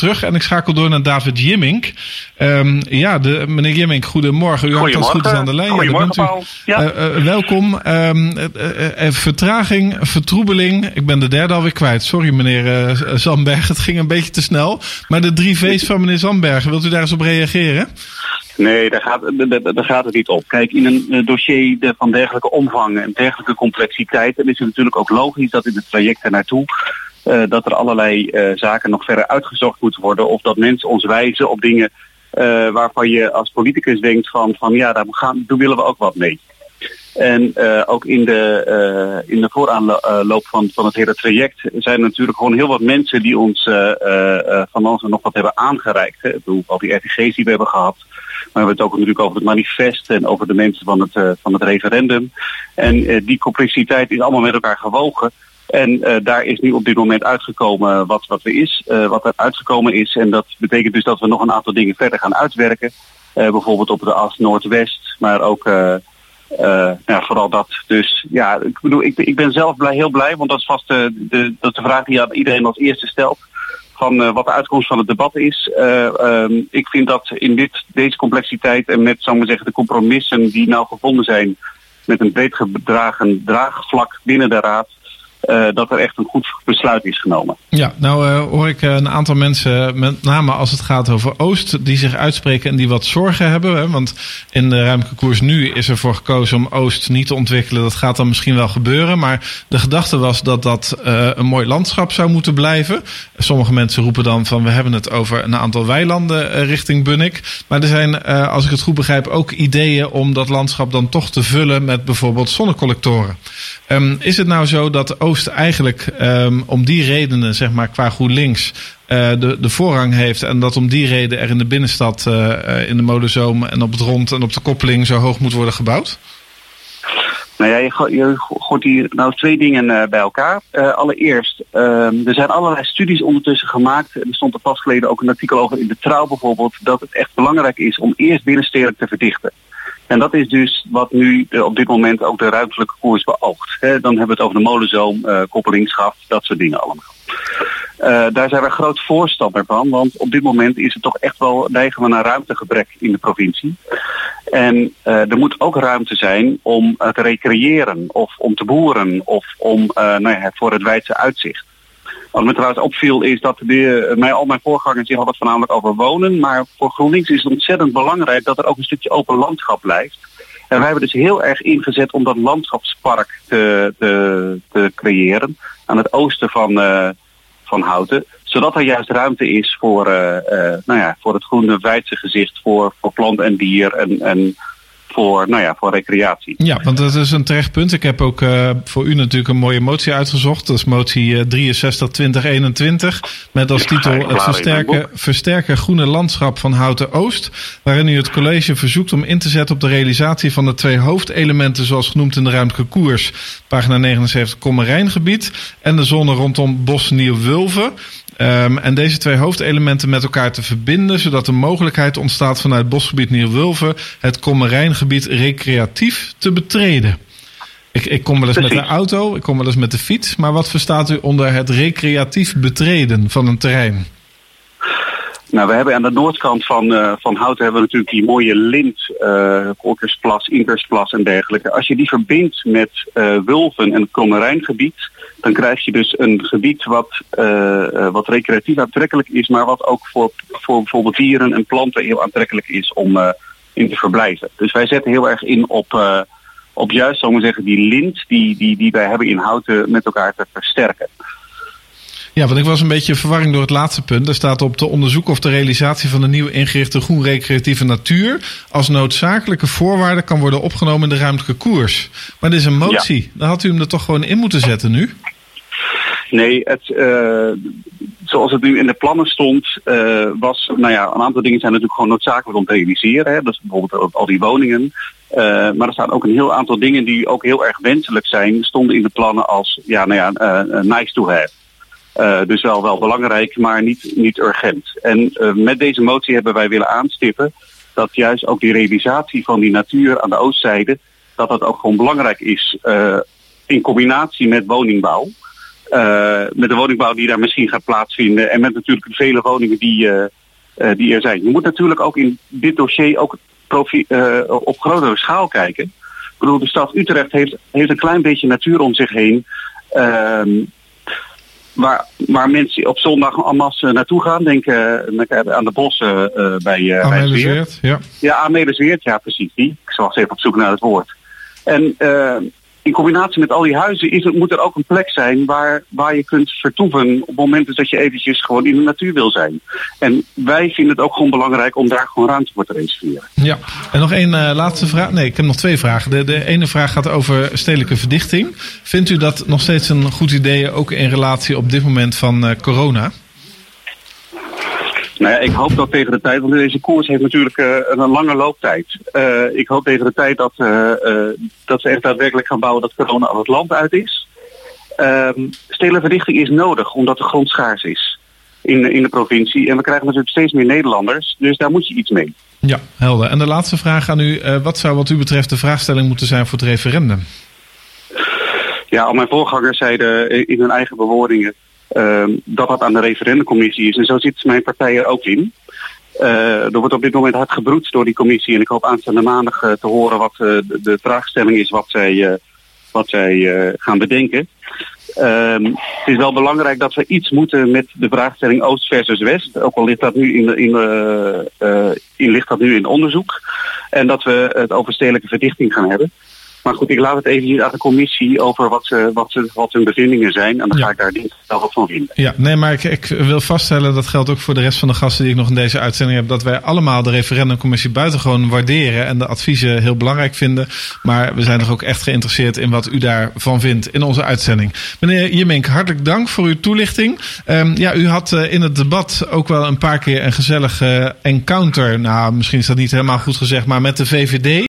terug en ik schakel door naar David Jimmink. Meneer Jimmink, goedemorgen. U hangt als goed is aan de lijn. Goedemorgen, Paul. Welkom. Vertraging, vertroebeling. Ik ben de derde alweer kwijt. Sorry, meneer Zandberg. Het ging een beetje te snel. Maar de 3 V's van meneer Zandberg, wilt u daar eens op reageren? Nee, daar gaat het niet op. Kijk, in een dossier van dergelijke omvang en dergelijke complexiteit, dan is het natuurlijk ook logisch dat in het traject ernaartoe dat er allerlei zaken nog verder uitgezocht moeten worden. Of dat mensen ons wijzen op dingen waarvan je als politicus denkt van daar willen we ook wat mee. En ook in de vooraanloop van het hele traject zijn er natuurlijk gewoon heel wat mensen die ons van alles en nog wat hebben aangereikt. Hè. Ik bedoel, al die RTG's die we hebben gehad. Maar we hebben het ook natuurlijk over het manifest en over de mensen van het referendum. En die complexiteit is allemaal met elkaar gewogen. En daar is nu op dit moment uitgekomen wat er uitgekomen is. En dat betekent dus dat we nog een aantal dingen verder gaan uitwerken. Bijvoorbeeld op de as Noordwest, maar ook vooral dat. Dus ja, ik bedoel, ik ben zelf heel blij, want dat is vast de vraag die aan iedereen als eerste stelt. Van wat de uitkomst van het debat is. Ik vind dat in deze complexiteit en met, zou ik maar zeggen, de compromissen die nou gevonden zijn met een breed gedragen draagvlak binnen de Raad, dat er echt een goed besluit is genomen. Ja, nou hoor ik een aantal mensen, met name als het gaat over Oost, die zich uitspreken en die wat zorgen hebben. Hè? Want in de ruimtelijke koers nu is ervoor gekozen om Oost niet te ontwikkelen. Dat gaat dan misschien wel gebeuren, maar de gedachte was dat een mooi landschap zou moeten blijven. Sommige mensen roepen dan van we hebben het over een aantal weilanden richting Bunnik. Maar er zijn, als ik het goed begrijp, ook ideeën om dat landschap dan toch te vullen met bijvoorbeeld zonnecollectoren. Is het nou zo dat Oost eigenlijk om die redenen, zeg maar qua GroenLinks, de voorrang heeft en dat om die reden er in de binnenstad, in de Molenzoom en op het rond en op de koppeling zo hoog moet worden gebouwd? Nou ja, je gooit hier nou 2 dingen bij elkaar. Allereerst, er zijn allerlei studies ondertussen gemaakt. Er stond er pas geleden ook een artikel over in de Trouw bijvoorbeeld, dat het echt belangrijk is om eerst binnenstedelijk te verdichten. En dat is dus wat nu op dit moment ook de ruimtelijke koers beoogt. Dan hebben we het over de Molenzoom, koppelingsgracht, dat soort dingen allemaal. Daar zijn we groot voorstander van, want op dit moment is het toch echt wel, neigen we naar ruimtegebrek in de provincie. En er moet ook ruimte zijn om te recreëren of om te boeren of om voor het wijdse uitzicht. Wat me trouwens opviel is dat al mijn voorgangers die hadden het voornamelijk over wonen. Maar voor GroenLinks is het ontzettend belangrijk dat er ook een stukje open landschap blijft. En wij hebben dus heel erg ingezet om dat landschapspark te creëren aan het oosten van Houten. Zodat er juist ruimte is voor het groene wijdse gezicht, voor plant en dier en voor recreatie. Ja, want dat is een terecht punt. Ik heb ook voor u natuurlijk een mooie motie uitgezocht. Dat is motie 63/2021. Met als titel het versterken groene landschap van Houten Oost. Waarin u het college verzoekt om in te zetten op de realisatie van de 2 hoofdelementen zoals genoemd in de ruimtelijke koers. Pagina 79 Kommerijngebied en de zone rondom Bos Nieuw-Wulven. En deze 2 hoofdelementen met elkaar te verbinden, zodat de mogelijkheid ontstaat vanuit bosgebied Nieuw-Wulven het Kommerijngebied recreatief te betreden. Ik kom wel eens met de auto, ik kom wel eens met de fiets, maar wat verstaat u onder het recreatief betreden van een terrein? Nou, we hebben aan de noordkant van Houten hebben we natuurlijk die mooie lint, Korkersplas, Inkersplas en dergelijke. Als je die verbindt met Wulven en het Kommerijngebied, dan krijg je dus een gebied wat recreatief aantrekkelijk is, maar wat ook voor bijvoorbeeld dieren en planten heel aantrekkelijk is om in te verblijven. Dus wij zetten heel erg in op juist, zal ik maar zeggen, die lint die wij hebben in Houten met elkaar te versterken. Ja, want ik was een beetje verwarring door het laatste punt. Er staat op te onderzoeken of de realisatie van de nieuw ingerichte groen-recreatieve natuur als noodzakelijke voorwaarde kan worden opgenomen in de ruimtelijke koers. Maar dit is een motie. Ja. Dan had u hem er toch gewoon in moeten zetten nu? Nee, zoals het nu in de plannen stond, was, een aantal dingen zijn natuurlijk gewoon noodzakelijk om te realiseren. Hè? Dat is bijvoorbeeld al die woningen. Maar er staan ook een heel aantal dingen die ook heel erg wenselijk zijn, stonden in de plannen als, nice to have. Dus wel belangrijk, maar niet urgent. En met deze motie hebben wij willen aanstippen dat juist ook die realisatie van die natuur aan de oostzijde, dat ook gewoon belangrijk is in combinatie met woningbouw. Met de woningbouw die daar misschien gaat plaatsvinden. En met natuurlijk de vele woningen die er zijn. Je moet natuurlijk ook in dit dossier ook op grotere schaal kijken. Ik bedoel, de stad Utrecht heeft een klein beetje natuur om zich heen. Waar mensen op zondag en masse naartoe gaan. Denk aan de bossen bij Amelisweert. Ja, Amelisweert, ja precies. Ik was even op zoek naar het woord. En in combinatie met al die huizen moet er ook een plek zijn waar je kunt vertoeven op momenten dat je eventjes gewoon in de natuur wil zijn. En wij vinden het ook gewoon belangrijk om daar gewoon ruimte voor te reserveren. Ja, en nog één laatste vraag. Nee, ik heb nog 2 vragen. De ene vraag gaat over stedelijke verdichting. Vindt u dat nog steeds een goed idee, ook in relatie op dit moment van corona? Nou ja, ik hoop dat tegen de tijd, want deze koers heeft natuurlijk een lange looptijd. Ik hoop tegen de tijd dat ze echt daadwerkelijk gaan bouwen dat corona al het land uit is. Stedelijke verdichting is nodig, omdat de grond schaars is in de provincie. En we krijgen natuurlijk steeds meer Nederlanders, dus daar moet je iets mee. Ja, helder. En de laatste vraag aan u. Wat zou wat u betreft de vraagstelling moeten zijn voor het referendum? Ja, al mijn voorgangers zeiden in hun eigen bewoordingen dat aan de referendumcommissie is. En zo zit mijn partij er ook in. Er wordt op dit moment hard gebroed door die commissie. En ik hoop aanstaande maandag te horen wat de vraagstelling is wat zij gaan bedenken. Het is wel belangrijk dat we iets moeten met de vraagstelling Oost versus West. Ook al ligt dat nu in onderzoek. En dat we het over stedelijke verdichting gaan hebben. Maar goed, ik laat het even aan de commissie over wat hun bevindingen zijn. En dan ga ik daar wel wat van vinden. Ja, nee, maar ik wil vaststellen, dat geldt ook voor de rest van de gasten die ik nog in deze uitzending heb, dat wij allemaal de referendumcommissie buitengewoon waarderen en de adviezen heel belangrijk vinden. Maar we zijn toch ook echt geïnteresseerd in wat u daarvan vindt in onze uitzending. Meneer Jimmink, hartelijk dank voor uw toelichting. U had in het debat ook wel een paar keer een gezellige encounter. Nou, misschien is dat niet helemaal goed gezegd, maar met de VVD.